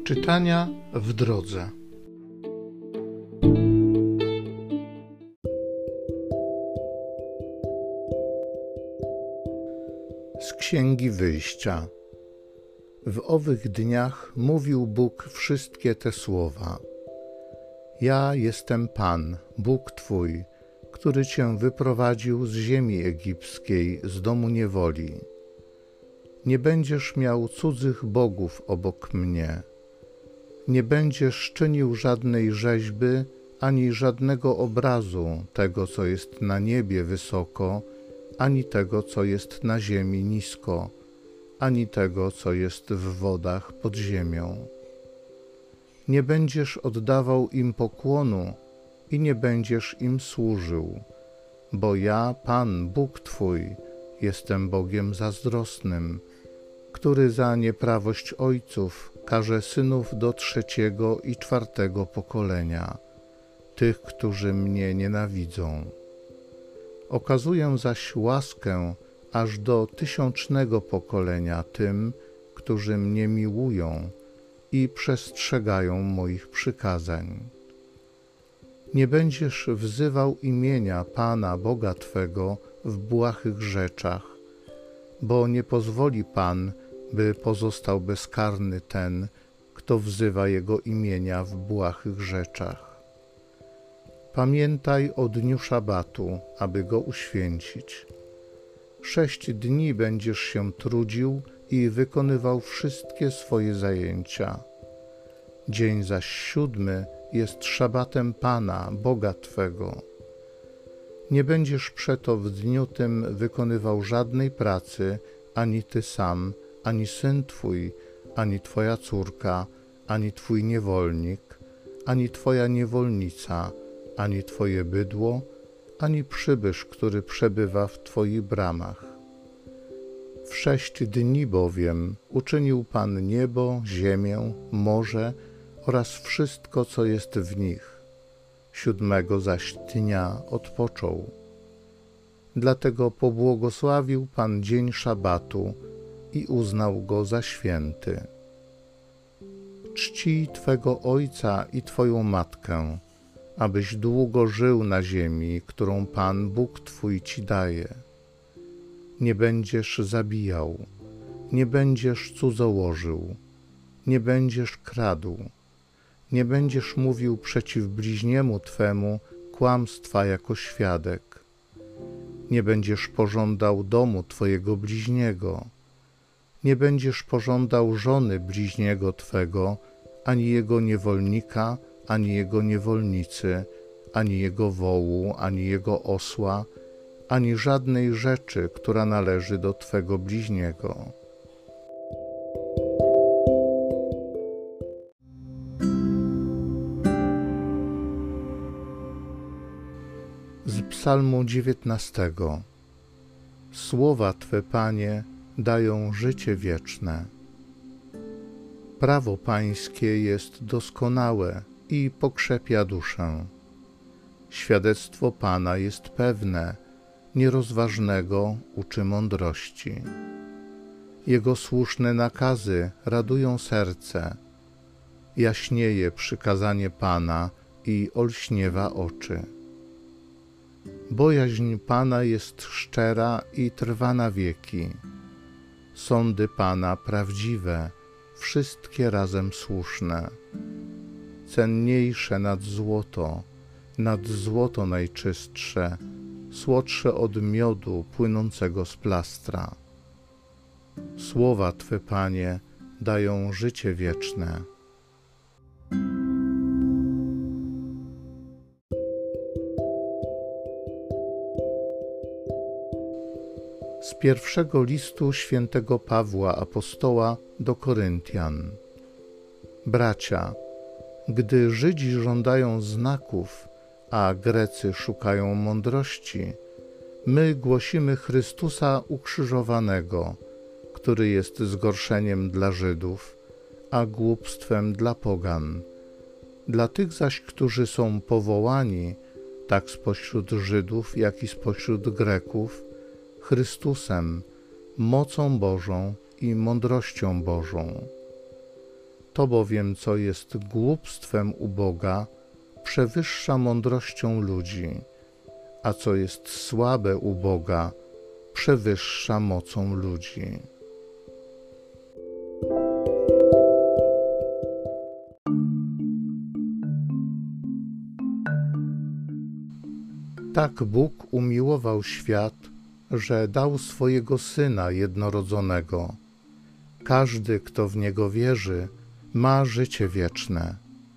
Czytania w drodze. Z Księgi Wyjścia. W owych dniach mówił Bóg wszystkie te słowa. Ja jestem Pan, Bóg Twój, który Cię wyprowadził z ziemi egipskiej, z domu niewoli. Nie będziesz miał cudzych bogów obok mnie. Nie będziesz czynił żadnej rzeźby, ani żadnego obrazu tego, co jest na niebie wysoko, ani tego, co jest na ziemi nisko, ani tego, co jest w wodach pod ziemią. Nie będziesz oddawał im pokłonu i nie będziesz im służył, bo ja, Pan, Bóg Twój, jestem Bogiem zazdrosnym, który za nieprawość ojców karze synów do 3. i 4. pokolenia, tych, którzy mnie nienawidzą. Okazuję zaś łaskę aż do 1000. pokolenia tym, którzy mnie miłują i przestrzegają moich przykazań. Nie będziesz wzywał imienia Pana Boga Twego w błahych rzeczach, bo nie pozwoli Pan, by pozostał bezkarny ten, kto wzywa Jego imienia w błahych rzeczach. Pamiętaj o dniu szabatu, aby go uświęcić. 6 dni będziesz się trudził i wykonywał wszystkie swoje zajęcia. Dzień zaś 7 jest szabatem Pana, Boga Twego. Nie będziesz przeto w dniu tym wykonywał żadnej pracy, ani ty sam, ani syn twój, ani twoja córka, ani twój niewolnik, ani twoja niewolnica, ani twoje bydło, ani przybysz, który przebywa w twoich bramach. W 6 dni bowiem uczynił Pan niebo, ziemię, morze oraz wszystko, co jest w nich. 7 zaś dnia odpoczął. Dlatego pobłogosławił Pan dzień szabatu i uznał go za święty. Czcij Twego ojca i Twoją matkę, abyś długo żył na ziemi, którą Pan Bóg Twój ci daje. Nie będziesz zabijał, nie będziesz cudzołożył, nie będziesz kradł, nie będziesz mówił przeciw bliźniemu Twemu kłamstwa jako świadek. Nie będziesz pożądał domu Twojego bliźniego. Nie będziesz pożądał żony bliźniego Twego, ani jego niewolnika, ani jego niewolnicy, ani jego wołu, ani jego osła, ani żadnej rzeczy, która należy do Twego bliźniego. Z Psalmu 19. Słowa Twe, Panie, dają życie wieczne. Prawo Pańskie jest doskonałe i pokrzepia duszę. Świadectwo Pana jest pewne, nierozważnego uczy mądrości. Jego słuszne nakazy radują serce. Jaśnieje przykazanie Pana i olśniewa oczy. Bojaźń Pana jest szczera i trwa na wieki. Sądy Pana prawdziwe, wszystkie razem słuszne. Cenniejsze nad złoto najczystsze, słodsze od miodu płynącego z plastra. Słowa Twe, Panie, dają życie wieczne. Z pierwszego listu świętego Pawła Apostoła do Koryntian. Bracia, gdy Żydzi żądają znaków, a Grecy szukają mądrości, my głosimy Chrystusa ukrzyżowanego, który jest zgorszeniem dla Żydów, a głupstwem dla pogan. Dla tych zaś, którzy są powołani, tak spośród Żydów, jak i spośród Greków, Chrystusem, mocą Bożą i mądrością Bożą. To bowiem, co jest głupstwem u Boga, przewyższa mądrością ludzi, a co jest słabe u Boga, przewyższa mocą ludzi. Tak Bóg umiłował świat, że dał swojego Syna jednorodzonego. Każdy, kto w Niego wierzy, ma życie wieczne.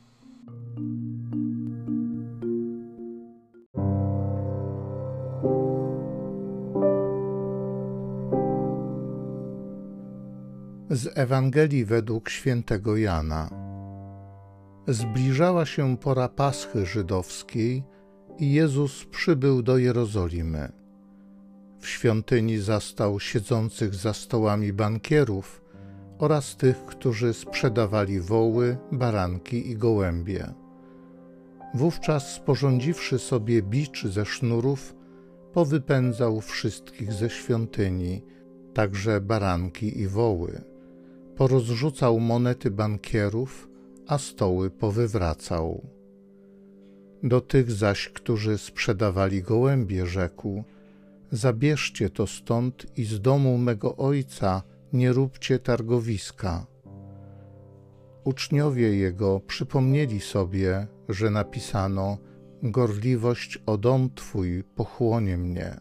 Z Ewangelii według świętego Jana. Zbliżała się pora Paschy żydowskiej i Jezus przybył do Jerozolimy. W świątyni zastał siedzących za stołami bankierów oraz tych, którzy sprzedawali woły, baranki i gołębie. Wówczas, sporządziwszy sobie bicz ze sznurów, powypędzał wszystkich ze świątyni, także baranki i woły. Porozrzucał monety bankierów, a stoły powywracał. Do tych zaś, którzy sprzedawali gołębie, rzekł: zabierzcie to stąd i z domu mego ojca nie róbcie targowiska. Uczniowie jego przypomnieli sobie, że napisano: gorliwość o dom Twój pochłonie mnie.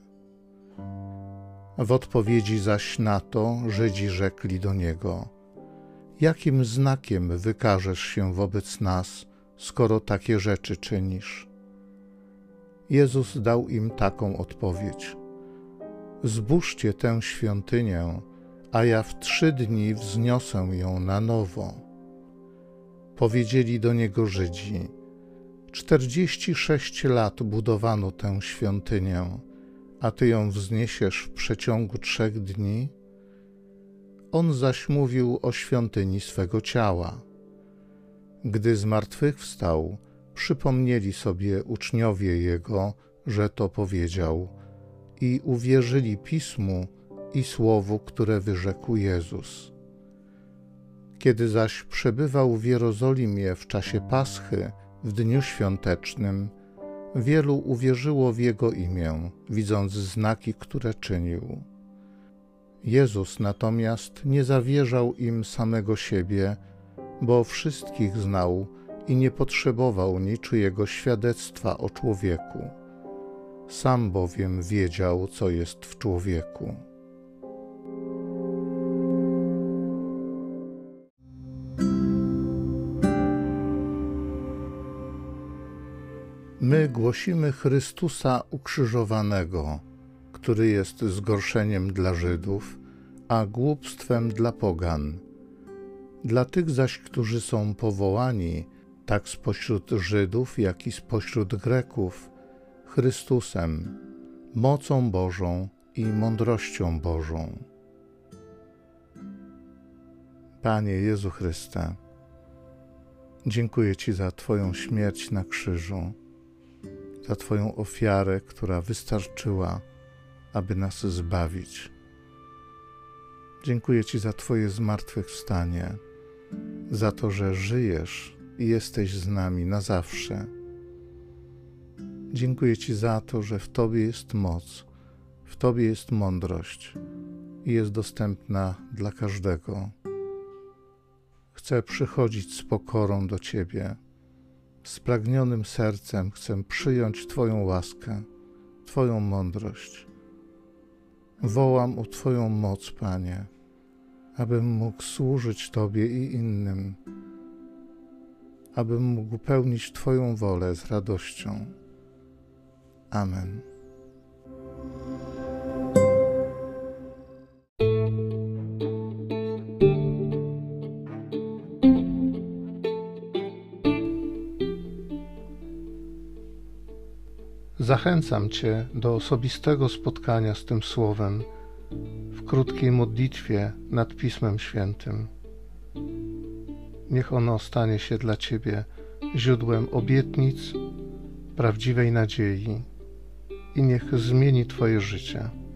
W odpowiedzi zaś na to Żydzi rzekli do niego: jakim znakiem wykażesz się wobec nas, skoro takie rzeczy czynisz? Jezus dał im taką odpowiedź: zbóżcie tę świątynię, a ja w 3 dni wzniosę ją na nowo. Powiedzieli do niego Żydzi: 46 lat budowano tę świątynię, a ty ją wzniesiesz w przeciągu 3 dni? On zaś mówił o świątyni swego ciała. Gdy zmartwychwstał, przypomnieli sobie uczniowie jego, że to powiedział, i uwierzyli Pismu i słowu, które wyrzekł Jezus. Kiedy zaś przebywał w Jerozolimie w czasie Paschy, w dniu świątecznym, wielu uwierzyło w Jego imię, widząc znaki, które czynił. Jezus natomiast nie zawierzał im samego siebie, bo wszystkich znał i nie potrzebował niczyjego świadectwa o człowieku. Sam bowiem wiedział, co jest w człowieku. My głosimy Chrystusa ukrzyżowanego, który jest zgorszeniem dla Żydów, a głupstwem dla pogan. Dla tych zaś, którzy są powołani, tak spośród Żydów, jak i spośród Greków, Chrystusem, mocą Bożą i mądrością Bożą. Panie Jezu Chryste, dziękuję Ci za Twoją śmierć na krzyżu, za Twoją ofiarę, która wystarczyła, aby nas zbawić. Dziękuję Ci za Twoje zmartwychwstanie, za to, że żyjesz i jesteś z nami na zawsze. Dziękuję Ci za to, że w Tobie jest moc, w Tobie jest mądrość i jest dostępna dla każdego. Chcę przychodzić z pokorą do Ciebie. Spragnionym sercem chcę przyjąć Twoją łaskę, Twoją mądrość. Wołam o Twoją moc, Panie, abym mógł służyć Tobie i innym, abym mógł pełnić Twoją wolę z radością. Amen. Zachęcam Cię do osobistego spotkania z tym Słowem w krótkiej modlitwie nad Pismem Świętym. Niech ono stanie się dla Ciebie źródłem obietnic, prawdziwej nadziei i niech zmieni Twoje życie.